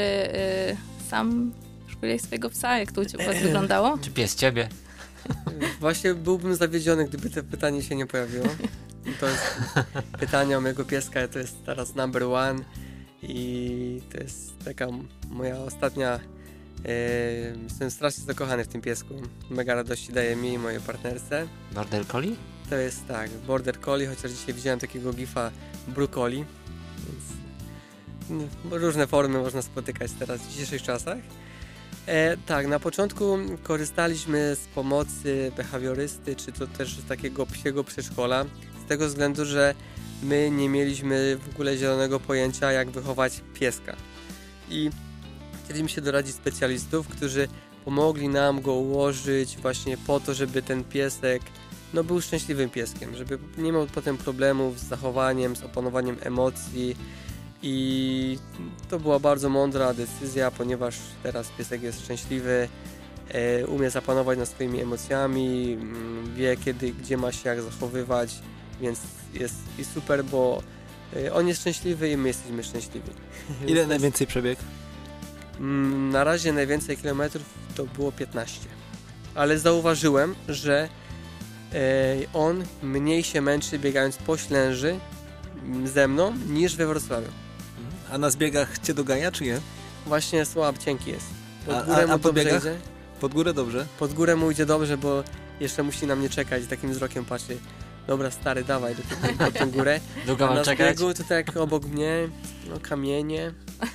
sam szkoliłeś swojego psa, jak to u was wyglądało?
Czy pies ciebie?
Właśnie byłbym zawiedziony, gdyby to pytanie się nie pojawiło. To jest pytanie o mojego pieska, to jest teraz number one i to jest taka moja ostatnia Jestem strasznie zakochany w tym piesku. Mega radości daje mi i mojej partnerce.
Border Collie?
To jest tak, Border Collie, chociaż dzisiaj widziałem takiego gifa Brukoli, więc różne formy można spotykać teraz w dzisiejszych czasach. Tak, na początku korzystaliśmy z pomocy behawiorysty, czy to też z takiego psiego przedszkola, z tego względu, że my nie mieliśmy w ogóle zielonego pojęcia, jak wychować pieska. I chcieliśmy się doradzić specjalistów, którzy pomogli nam go ułożyć właśnie po to, żeby ten piesek był szczęśliwym pieskiem, żeby nie miał potem problemów z zachowaniem, z opanowaniem emocji. I to była bardzo mądra decyzja, ponieważ teraz piesek jest szczęśliwy, umie zapanować nad swoimi emocjami, wie kiedy, gdzie ma się jak zachowywać, więc jest i super, bo on jest szczęśliwy i my jesteśmy szczęśliwi.
Ile najwięcej przebieg?
Na razie najwięcej kilometrów to było 15, ale zauważyłem, że on mniej się męczy biegając po Ślęży ze mną niż we Wrocławiu.
A na zbiegach cię dogania, czy nie?
Właśnie słab, cienki jest. Pod
A
górę mu
po
dobrze
biegach?
idzie.
Pod górę dobrze?
Pod górę mu idzie dobrze, bo jeszcze musi na mnie czekać i takim wzrokiem patrzy. Dobra, stary, dawaj pod tą górę.
Długo
A
mam
na
czekać?
zbiegu to tak obok mnie, kamienie.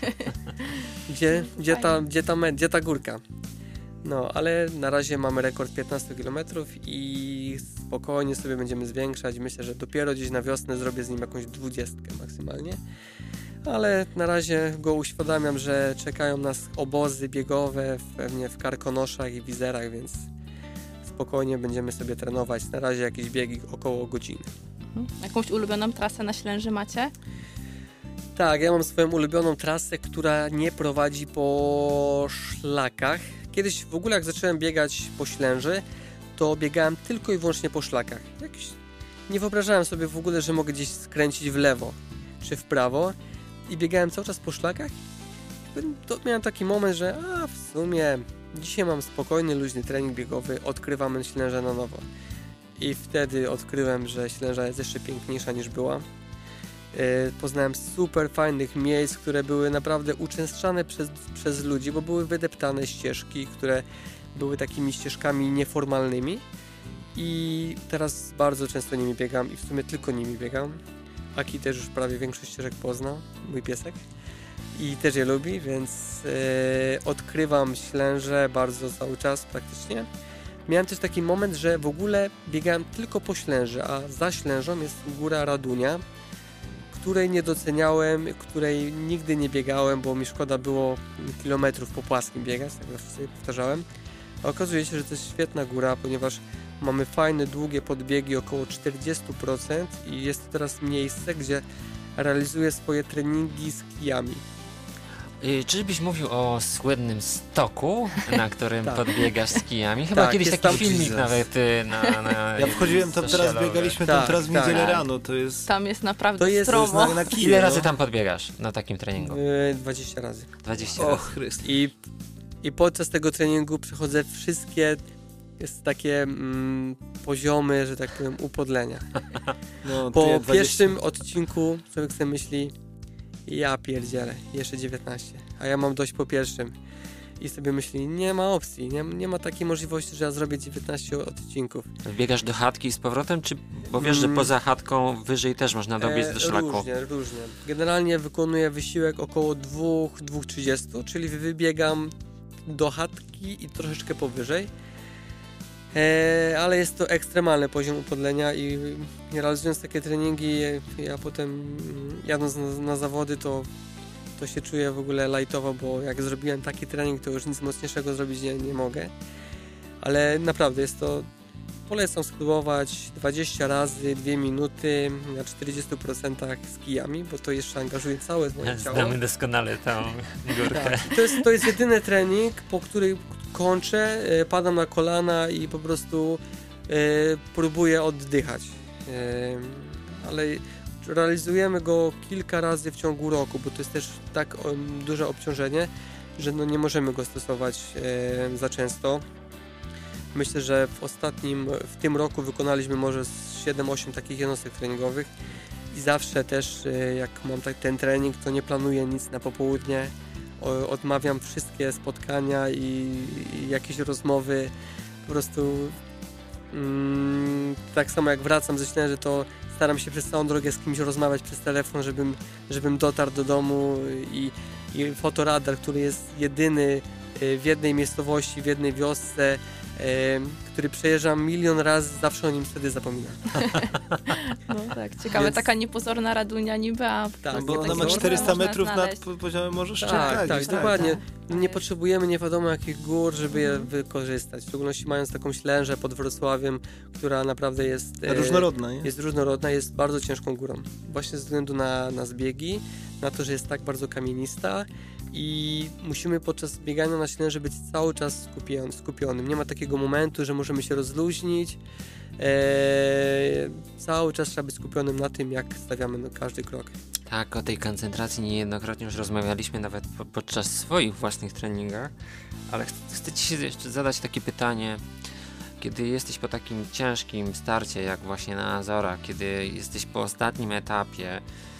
Gdzie ta górka? No, ale na razie mamy rekord 15 km i spokojnie sobie będziemy zwiększać. Myślę, że dopiero gdzieś na wiosnę zrobię z nim jakąś 20 maksymalnie. Ale na razie go uświadamiam, że czekają nas obozy biegowe pewnie w Karkonoszach i Wizerach, więc spokojnie będziemy sobie trenować. Na razie jakieś biegi około godziny.
Jakąś ulubioną trasę na Ślęży macie?
Tak, ja mam swoją ulubioną trasę, która nie prowadzi po szlakach. Kiedyś w ogóle jak zacząłem biegać po Ślęży, to biegałem tylko i wyłącznie po szlakach. Nie wyobrażałem sobie w ogóle, że mogę gdzieś skręcić w lewo czy w prawo i biegałem cały czas po szlakach. To miałem taki moment, że w sumie dzisiaj mam spokojny, luźny trening biegowy, odkrywam Ślężę na nowo. I wtedy odkryłem, że Ślęża jest jeszcze piękniejsza niż była. Poznałem super fajnych miejsc, które były naprawdę uczęszczane przez ludzi, bo były wydeptane ścieżki, które były takimi ścieżkami nieformalnymi i teraz bardzo często nimi biegam i w sumie tylko nimi biegam. Aki też już prawie większość ścieżek poznał, mój piesek, i też je lubi, więc odkrywam Ślężę bardzo cały czas praktycznie. Miałem też taki moment, że w ogóle biegałem tylko po Ślęży, a za Ślężą jest góra Radunia, której nie doceniałem, której nigdy nie biegałem, bo mi szkoda było kilometrów po płaskim biegać, tak zawsze sobie powtarzałem. A okazuje się, że to jest świetna góra, ponieważ mamy fajne, długie podbiegi, około 40% i jest to teraz miejsce, gdzie realizuję swoje treningi z kijami.
Czyżbyś mówił o słynnym stoku, na którym
Tak.
podbiegasz z kijami? Chyba
Tak,
kiedyś
jest
taki
tam
filmik
Jesus.
nawet na
Ja wchodziłem tam, teraz
socialowe.
biegaliśmy
Tak,
tam teraz w
tak.
niedzielę
Tak.
rano, to jest...
Tam jest naprawdę
To jest
stromo.
na kije,
Ile
no.
razy tam podbiegasz na takim treningu?
20 razy.
20
O
razy.
Chryst.
I podczas tego treningu przechodzę wszystkie takie poziomy, że tak powiem, upodlenia.
No, to
Po
ja 20.
pierwszym odcinku człowiek sobie myśli, ja pierdzielę, jeszcze 19, a ja mam dość po pierwszym. I sobie myśli, nie ma opcji, nie ma takiej możliwości, że ja zrobię 19 odcinków.
Biegasz do chatki z powrotem, czy bo wiesz, że poza chatką wyżej też można dobiec do szlaku?
Różnie. Generalnie wykonuję wysiłek około 2:30, czyli wybiegam do chatki i troszeczkę powyżej. Ale jest to ekstremalny poziom upodlenia i realizując takie treningi, ja potem jadąc na zawody, to się czuję w ogóle lajtowo, bo jak zrobiłem taki trening, to już nic mocniejszego zrobić nie mogę. Ale naprawdę jest to, polecam spróbować 20 razy, 2 minuty na 40% z kijami, bo to jeszcze angażuje całe moje ciało.
Znamy doskonale tą górkę.
Tak. To jest jedyny trening, po który kończę, padam na kolana i po prostu próbuję oddychać. Ale realizujemy go kilka razy w ciągu roku, bo to jest też tak duże obciążenie, że nie możemy go stosować za często. Myślę, że w tym roku wykonaliśmy może 7-8 takich jednostek treningowych i zawsze też jak mam ten trening, to nie planuję nic na popołudnie, odmawiam wszystkie spotkania i jakieś rozmowy. Po prostu tak samo jak wracam ze ślęży, to staram się przez całą drogę z kimś rozmawiać przez telefon, żebym dotarł do domu i fotoradar, który jest jedyny w jednej miejscowości, w jednej wiosce, który przejeżdżam 1 000 000 razy, zawsze o nim wtedy zapominam.
No tak, ciekawe,
Więc...
taka niepozorna Radunia niby, a po
Tak,
prostu
Bo ona
takie
ma
miejsce
400
można
metrów
znaleźć.
nad poziomem morza Szczyt.
Tak, dokładnie.
tak.
Nie potrzebujemy nie wiadomo jakich gór, żeby je wykorzystać. W szczególności mając taką Ślężę pod Wrocławiem, która naprawdę jest
Różnorodna, nie?
jest różnorodna, jest bardzo ciężką górą. Właśnie ze względu na zbiegi, na to, że jest tak bardzo kamienista i musimy podczas biegania na Ślęży być cały czas skupionym. Nie ma takiego momentu, że możemy się rozluźnić. Cały czas trzeba być skupionym na tym, jak stawiamy każdy krok.
Tak, o tej koncentracji niejednokrotnie już rozmawialiśmy nawet podczas swoich własnych treningach, ale chcę Ci się jeszcze zadać takie pytanie. Kiedy jesteś po takim ciężkim starcie, jak właśnie na Azorach, kiedy jesteś po ostatnim etapie,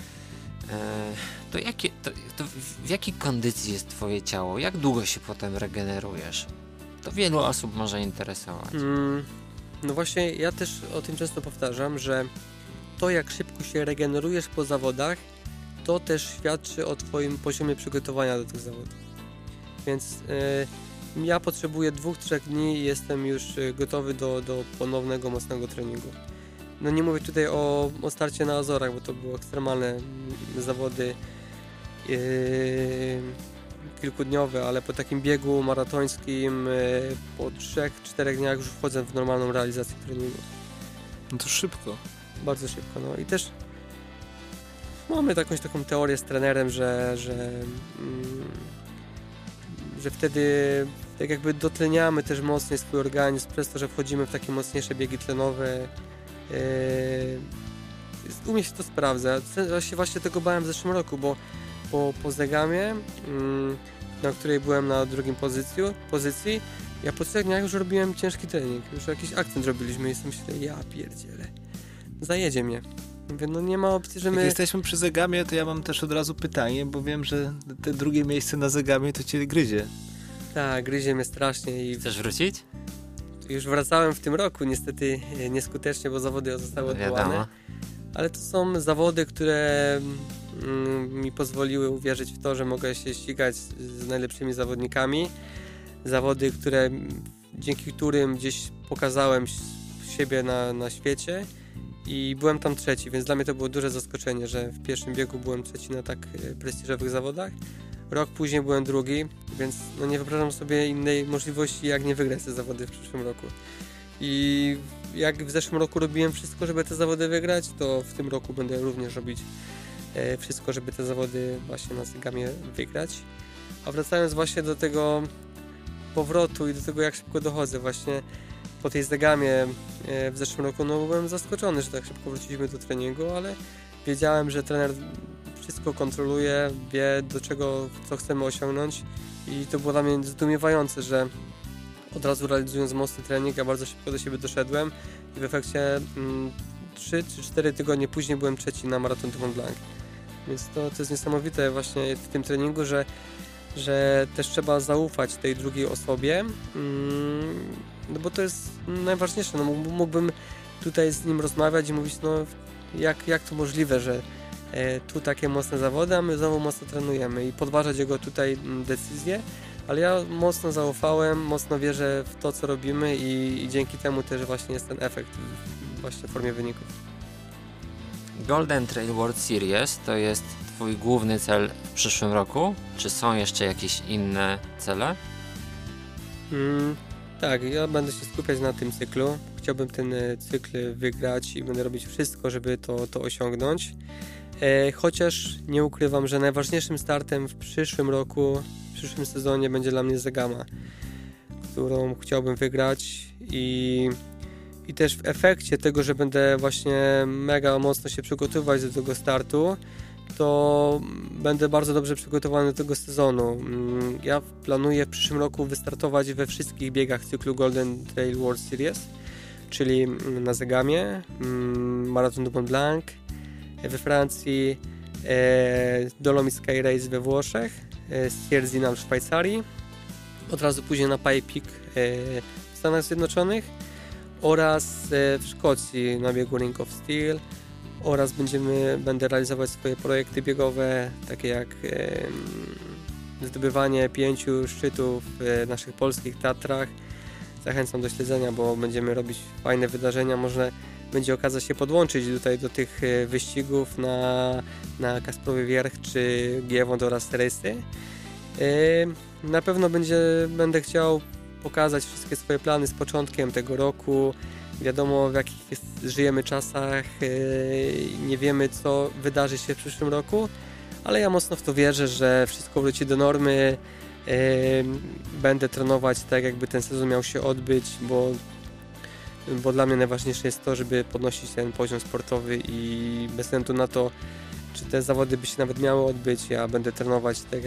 to w jakiej kondycji jest Twoje ciało? Jak długo się potem regenerujesz? To wielu osób może interesować.
No właśnie, ja też o tym często powtarzam, że to, jak szybko się regenerujesz po zawodach, to też świadczy o Twoim poziomie przygotowania do tych zawodów. Więc ja potrzebuję 2-3 dni i jestem już gotowy do ponownego, mocnego treningu. No nie mówię tutaj o starcie na Azorach, bo to były ekstremalne zawody kilkudniowe, ale po takim biegu maratońskim po 3-4 dniach już wchodzę w normalną realizację treningu.
No to szybko.
Bardzo szybko, no i też mamy taką teorię z trenerem, że wtedy tak jakby dotleniamy też mocniej swój organizm przez to, że wchodzimy w takie mocniejsze biegi tlenowe. U mnie się to sprawdza. Ja się właśnie tego bałem w zeszłym roku, bo po Zegamie, na której byłem na drugim pozycji, ja po 3 dniach już robiłem ciężki trening. Już jakiś akcent robiliśmy i myślę, ja pierdzielę, zajedzie mnie. Mówię, no nie ma opcji, że my...
Jak jesteśmy przy Zegamie, to ja mam też od razu pytanie, bo wiem, że te drugie miejsce na Zegamie to Cię gryzie.
Tak, gryzie mnie strasznie i...
Chcesz wrócić?
Już wracałem w tym roku, niestety nieskutecznie, bo zawody zostały odwołane. Ale to są zawody, które mi pozwoliły uwierzyć w to, że mogę się ścigać z najlepszymi zawodnikami. Zawody, dzięki którym gdzieś pokazałem siebie na świecie i byłem tam 3, więc dla mnie to było duże zaskoczenie, że w pierwszym biegu byłem 3 na tak prestiżowych zawodach. Rok później byłem 2, więc no nie wyobrażam sobie innej możliwości, jak nie wygrać te zawody w przyszłym roku. I jak w zeszłym roku robiłem wszystko, żeby te zawody wygrać, to w tym roku będę również robić wszystko, żeby te zawody właśnie na Zegamie wygrać. A wracając właśnie do tego powrotu i do tego, jak szybko dochodzę właśnie po tej Zegamie w zeszłym roku, no byłem zaskoczony, że tak szybko wróciliśmy do treningu, ale wiedziałem, że trener wszystko kontroluje, wie co chcemy osiągnąć i to było dla mnie zdumiewające, że od razu realizując mocny trening, ja bardzo szybko do siebie doszedłem i w efekcie 3 czy 4 tygodnie później byłem 3 na Marathon du Mont Blanc. Więc to jest niesamowite właśnie w tym treningu, że też trzeba zaufać tej drugiej osobie, no bo to jest najważniejsze. No, mógłbym tutaj z nim rozmawiać i mówić, no jak to możliwe, że tu takie mocne zawody, a my znowu mocno trenujemy i podważać jego tutaj decyzje, ale ja mocno zaufałem, mocno wierzę w to, co robimy i dzięki temu też właśnie jest ten efekt właśnie w formie wyników.
Golden Trail World Series to jest Twój główny cel w przyszłym roku? Czy są jeszcze jakieś inne cele?
Tak, ja będę się skupiać na tym cyklu. Chciałbym ten cykl wygrać i będę robić wszystko, żeby to osiągnąć. Chociaż nie ukrywam, że najważniejszym startem w przyszłym roku, w przyszłym sezonie będzie dla mnie Zegama, którą chciałbym wygrać i też w efekcie tego, że będę właśnie mega mocno się przygotowywać do tego startu, to będę bardzo dobrze przygotowany do tego sezonu. Ja planuję w przyszłym roku wystartować we wszystkich biegach cyklu Golden Trail World Series, czyli na Zegamie, Marathon du Mont Blanc we Francji, Dolomit Sky Race we Włoszech, Stierzinal w Szwajcarii, od razu później na Pie Peak w Stanach Zjednoczonych oraz w Szkocji na biegu Ring of Steel oraz będę realizować swoje projekty biegowe, takie jak zdobywanie 5 szczytów w naszych polskich Tatrach. Zachęcam do śledzenia, bo będziemy robić fajne wydarzenia. Można będzie okazja się podłączyć tutaj do tych wyścigów na Kasprowy Wierch czy Giewont oraz Rysy. Na pewno będę chciał pokazać wszystkie swoje plany z początkiem tego roku. Wiadomo, w jakich żyjemy czasach, nie wiemy, co wydarzy się w przyszłym roku, ale ja mocno w to wierzę, że wszystko wróci do normy. Będę trenować tak, jakby ten sezon miał się odbyć, bo dla mnie najważniejsze jest to, żeby podnosić ten poziom sportowy i bez względu na to, czy te zawody by się nawet miały odbyć, ja będę trenować tak,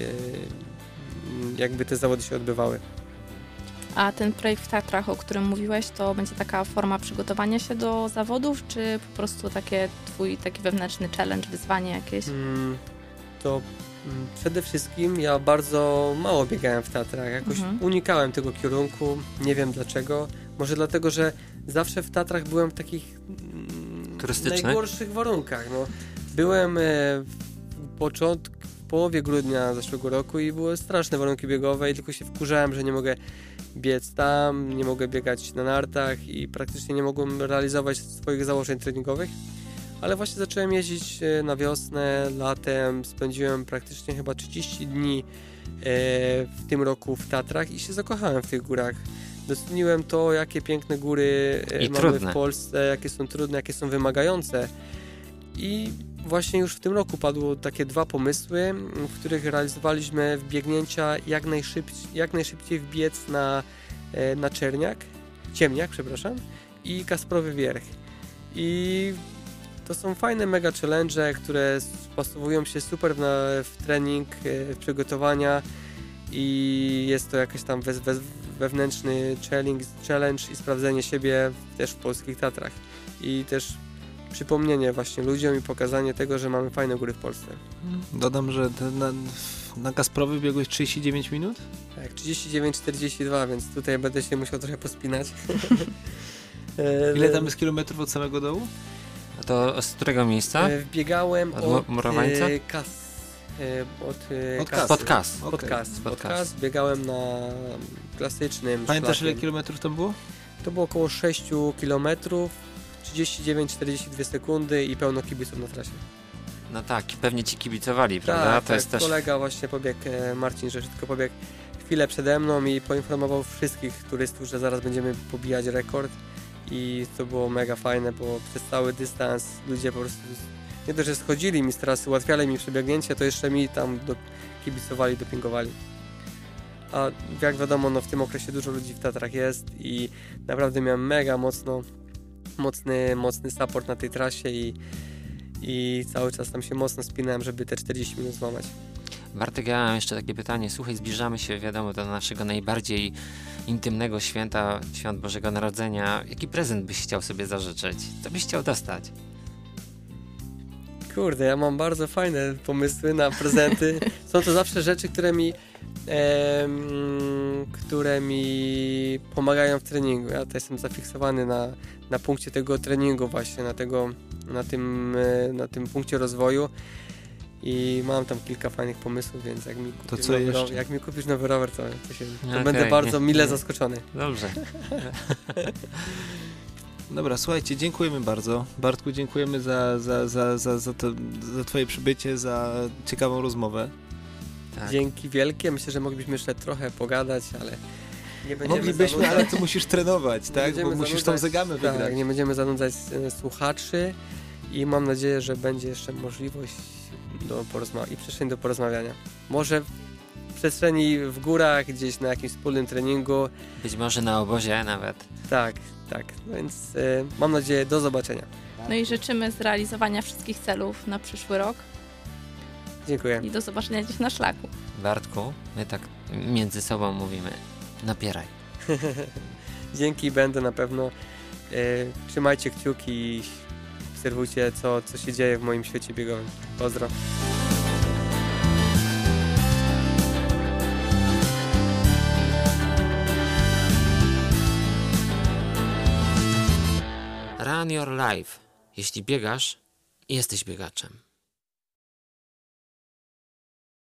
jakby te zawody się odbywały.
A ten projekt w Tatrach, o którym mówiłeś, to będzie taka forma przygotowania się do zawodów, czy po prostu twój taki wewnętrzny challenge, wyzwanie jakieś?
To przede wszystkim ja bardzo mało biegałem w Tatrach, jakoś unikałem tego kierunku, nie wiem dlaczego. Może dlatego, że zawsze w Tatrach byłem w takich najgorszych warunkach. No. Byłem w połowie grudnia zeszłego roku i były straszne warunki biegowe i tylko się wkurzałem, że nie mogę biec tam, nie mogę biegać na nartach i praktycznie nie mogłem realizować swoich założeń treningowych. Ale właśnie zacząłem jeździć na wiosnę, latem, spędziłem praktycznie chyba 30 dni w tym roku w Tatrach i się zakochałem w tych górach. Doceniłem to, jakie piękne góry mamy w Polsce, jakie są trudne, jakie są wymagające. I właśnie już w tym roku padły takie 2 pomysły, w których realizowaliśmy wbiegnięcia jak najszybciej wbiec na Ciemniak, i Kasprowy Wierch. I to są fajne mega challenge, które wpasowują się super w trening, w przygotowania i jest to jakiś tam wewnętrzny challenge i sprawdzenie siebie też w polskich Tatrach. I też przypomnienie właśnie ludziom i pokazanie tego, że mamy fajne góry w Polsce.
Dodam, że na Kasprowy biegłeś 39 minut?
Tak, 39-42, więc tutaj będę się musiał trochę pospinać.
Ile tam jest kilometrów od samego dołu?
A to z którego miejsca?
Biegałem od
Morowańca?
Pod Kas. Biegałem na klasycznym
Pamiętasz,
szlakiem.
ile kilometrów tam było?
To było około 6 kilometrów, 39-42 sekundy i pełno kibiców na trasie.
No tak, pewnie ci kibicowali, prawda?
Tak,
to jest też...
kolega właśnie pobiegł, Marcin Rzeszczytko pobiegł chwilę przede mną i poinformował wszystkich turystów, że zaraz będziemy pobijać rekord i to było mega fajne, bo przez cały dystans ludzie po prostu nie dość, że schodzili mi z trasy, ułatwiali mi przebiegnięcie, to jeszcze mi tam kibicowali, dopingowali. A jak wiadomo, w tym okresie dużo ludzi w Tatrach jest i naprawdę miałem mega mocny support na tej trasie i cały czas tam się mocno spinałem, żeby te 40 minut złamać.
Bartek, ja mam jeszcze takie pytanie. Słuchaj, zbliżamy się, wiadomo, do naszego najbardziej intymnego święta, świąt Bożego Narodzenia. Jaki prezent byś chciał sobie zażyczyć? Co byś chciał dostać?
Kurde, ja mam bardzo fajne pomysły na prezenty. Są to zawsze rzeczy, które mi pomagają w treningu. Ja też jestem zafiksowany na punkcie tego treningu właśnie, na tym punkcie rozwoju i mam tam kilka fajnych pomysłów, więc jak mi kupisz nowy rower, to będę bardzo mile zaskoczony.
Dobrze.
Dobra, słuchajcie, dziękujemy bardzo. Bartku, dziękujemy za twoje przybycie, za ciekawą rozmowę.
Tak. Dzięki wielkie. Myślę, że moglibyśmy jeszcze trochę pogadać, ale nie będziemy
moglibyśmy, ale tu musisz trenować, tak? Bo musisz tą zegamę wygrać.
Tak, nie będziemy zanudzać słuchaczy i mam nadzieję, że będzie jeszcze możliwość i przestrzeń do porozmawiania. Może w przestrzeni w górach, gdzieś na jakimś wspólnym treningu.
Być może na obozie nawet.
Tak. No więc mam nadzieję, do zobaczenia.
No i życzymy zrealizowania wszystkich celów na przyszły rok.
Dziękuję.
I do zobaczenia gdzieś na szlaku.
Bartku, my tak między sobą mówimy, napieraj.
Dzięki, będę na pewno. Trzymajcie kciuki i obserwujcie, co się dzieje w moim świecie biegowym. Pozdro.
Run Your Life. Jeśli biegasz, jesteś biegaczem.